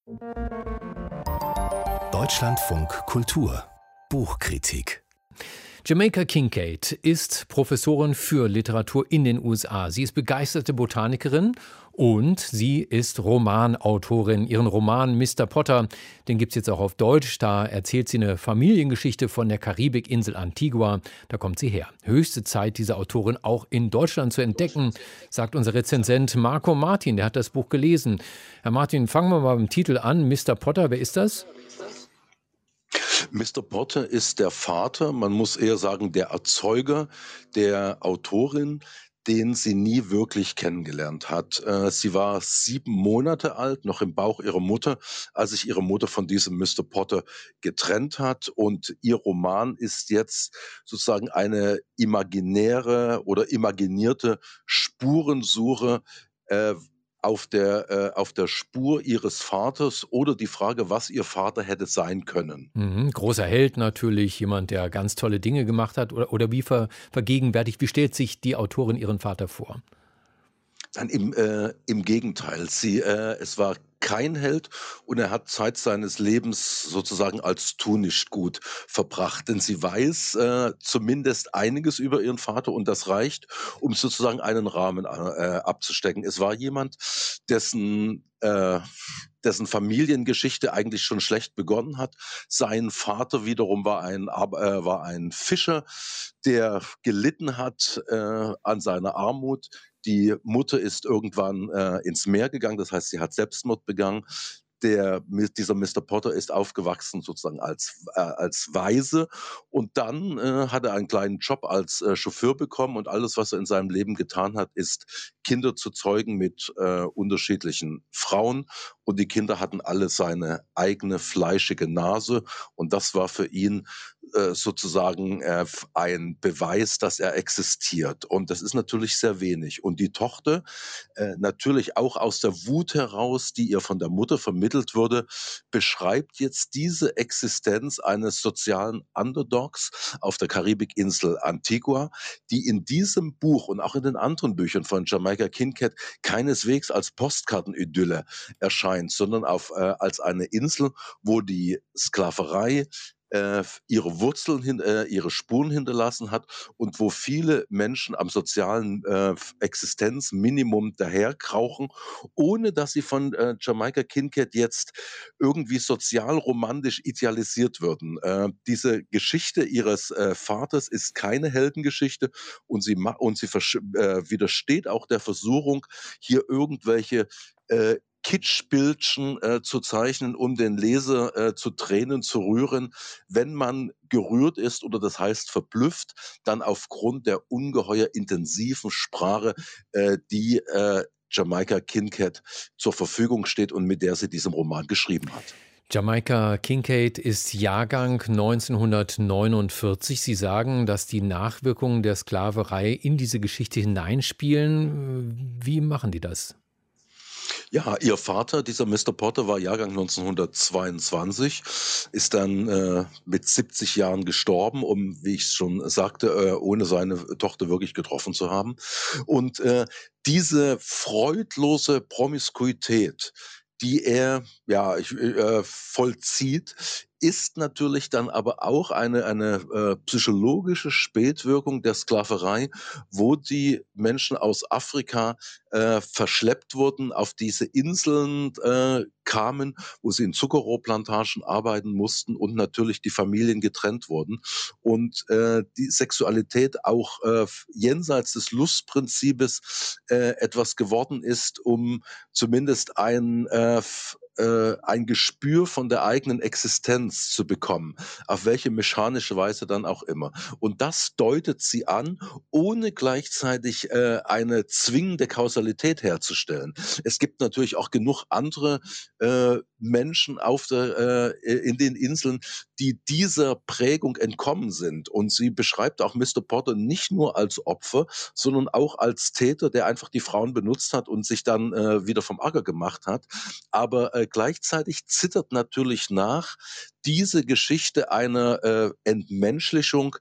Deutschlandfunk Kultur Buchkritik. Jamaica Kincaid ist Professorin für Literatur in den USA. Sie ist begeisterte Botanikerin und sie ist Romanautorin. Ihren Roman Mr. Potter, den gibt's jetzt auch auf Deutsch. Da erzählt sie eine Familiengeschichte von der Karibikinsel Antigua. Da kommt sie her. Höchste Zeit, diese Autorin auch in Deutschland zu entdecken, sagt unser Rezensent Marco Martin. Der hat das Buch gelesen. Herr Martin, fangen wir mal mit dem Titel an. Mr. Potter, wer ist das? Mr. Potter ist der Vater, man muss eher sagen, der Erzeuger der Autorin, den sie nie wirklich kennengelernt hat. Sie war 7 Monate alt, noch im Bauch ihrer Mutter, als sich ihre Mutter von diesem Mr. Potter getrennt hat. Und ihr Roman ist jetzt sozusagen eine imaginäre oder imaginierte Spurensuche äh, auf der Spur ihres Vaters oder die Frage, was ihr Vater hätte sein können. Großer Held natürlich, jemand, der ganz tolle Dinge gemacht hat. Oder wie vergegenwärtigt, wie stellt sich die Autorin ihren Vater vor? Nein, im Gegenteil. Es war kein Held und er hat Zeit seines Lebens sozusagen als Tunichtgut verbracht. Denn sie weiß zumindest einiges über ihren Vater und das reicht, um sozusagen einen Rahmen abzustecken. Es war jemand, dessen Familiengeschichte eigentlich schon schlecht begonnen hat. Sein Vater wiederum war ein Fischer, der gelitten hat an seiner Armut. Die Mutter ist irgendwann ins Meer gegangen, das heißt, sie hat Selbstmord begangen. Dieser Mr. Potter ist aufgewachsen sozusagen als Waise und dann hat er einen kleinen Job als Chauffeur bekommen und alles, was er in seinem Leben getan hat, ist Kinder zu zeugen mit unterschiedlichen Frauen und die Kinder hatten alle seine eigene fleischige Nase und das war für ihn sozusagen ein Beweis, dass er existiert. Und das ist natürlich sehr wenig. Und die Tochter, natürlich auch aus der Wut heraus, die ihr von der Mutter vermittelt wurde, beschreibt jetzt diese Existenz eines sozialen Underdogs auf der Karibikinsel Antigua, die in diesem Buch und auch in den anderen Büchern von Jamaica Kincaid keineswegs als Postkartenidylle erscheint, sondern als eine Insel, wo die Sklaverei ihre Spuren hinterlassen hat und wo viele Menschen am sozialen Existenzminimum daherkrauchen, ohne dass sie von Jamaica Kincaid jetzt irgendwie sozialromantisch idealisiert würden. Diese Geschichte ihres Vaters ist keine Heldengeschichte und widersteht auch der Versuchung, hier irgendwelche Kitschbildchen zu zeichnen, um den Leser zu Tränen zu rühren. Wenn man gerührt ist oder das heißt verblüfft, dann aufgrund der ungeheuer intensiven Sprache, die Jamaica Kincaid zur Verfügung steht und mit der sie diesen Roman geschrieben hat. Jamaica Kincaid ist Jahrgang 1949. Sie sagen, dass die Nachwirkungen der Sklaverei in diese Geschichte hineinspielen. Wie machen die das? Ja, ihr Vater, dieser Mr. Potter, war Jahrgang 1922, ist dann mit 70 Jahren gestorben, um, wie ich schon sagte, ohne seine Tochter wirklich getroffen zu haben. Und diese freudlose Promiskuität, die er vollzieht, ist natürlich dann aber auch eine psychologische Spätwirkung der Sklaverei, wo die Menschen aus Afrika verschleppt wurden, auf diese Inseln kamen, wo sie in Zuckerrohrplantagen arbeiten mussten und natürlich die Familien getrennt wurden. Und die Sexualität auch jenseits des Lustprinzips etwas geworden ist, um zumindest ein Gespür von der eigenen Existenz zu bekommen, auf welche mechanische Weise dann auch immer. Und das deutet sie an, ohne gleichzeitig eine zwingende Kausalität herzustellen. Es gibt natürlich auch genug andere Menschen in den Inseln, die dieser Prägung entkommen sind. Und sie beschreibt auch Mr. Potter nicht nur als Opfer, sondern auch als Täter, der einfach die Frauen benutzt hat und sich dann wieder vom Acker gemacht hat. Aber gleichzeitig zittert natürlich nach diese Geschichte eine Entmenschlichung,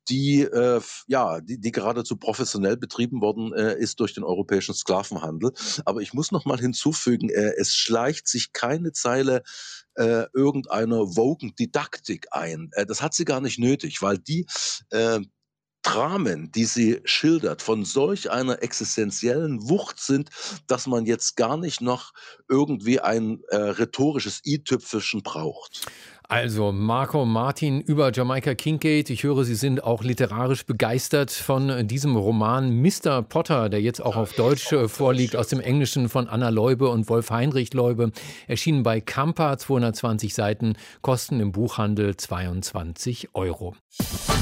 die geradezu professionell betrieben worden ist durch den europäischen Sklavenhandel. Aber ich muss noch mal hinzufügen, es schleicht sich keine Zeile irgendeiner woken Didaktik ein. Das hat sie gar nicht nötig, weil die Dramen, die sie schildert, von solch einer existenziellen Wucht sind, dass man jetzt gar nicht noch irgendwie ein rhetorisches i-Tüpfelchen braucht. Also Marco Martin über Jamaica Kincaid. Ich höre, Sie sind auch literarisch begeistert von diesem Roman Mr. Potter, der jetzt auch auf Deutsch vorliegt, aus dem Englischen von Anna Leube und Wolf Heinrich Leube. Erschienen bei Kampa, 220 Seiten, kosten im Buchhandel 22 €.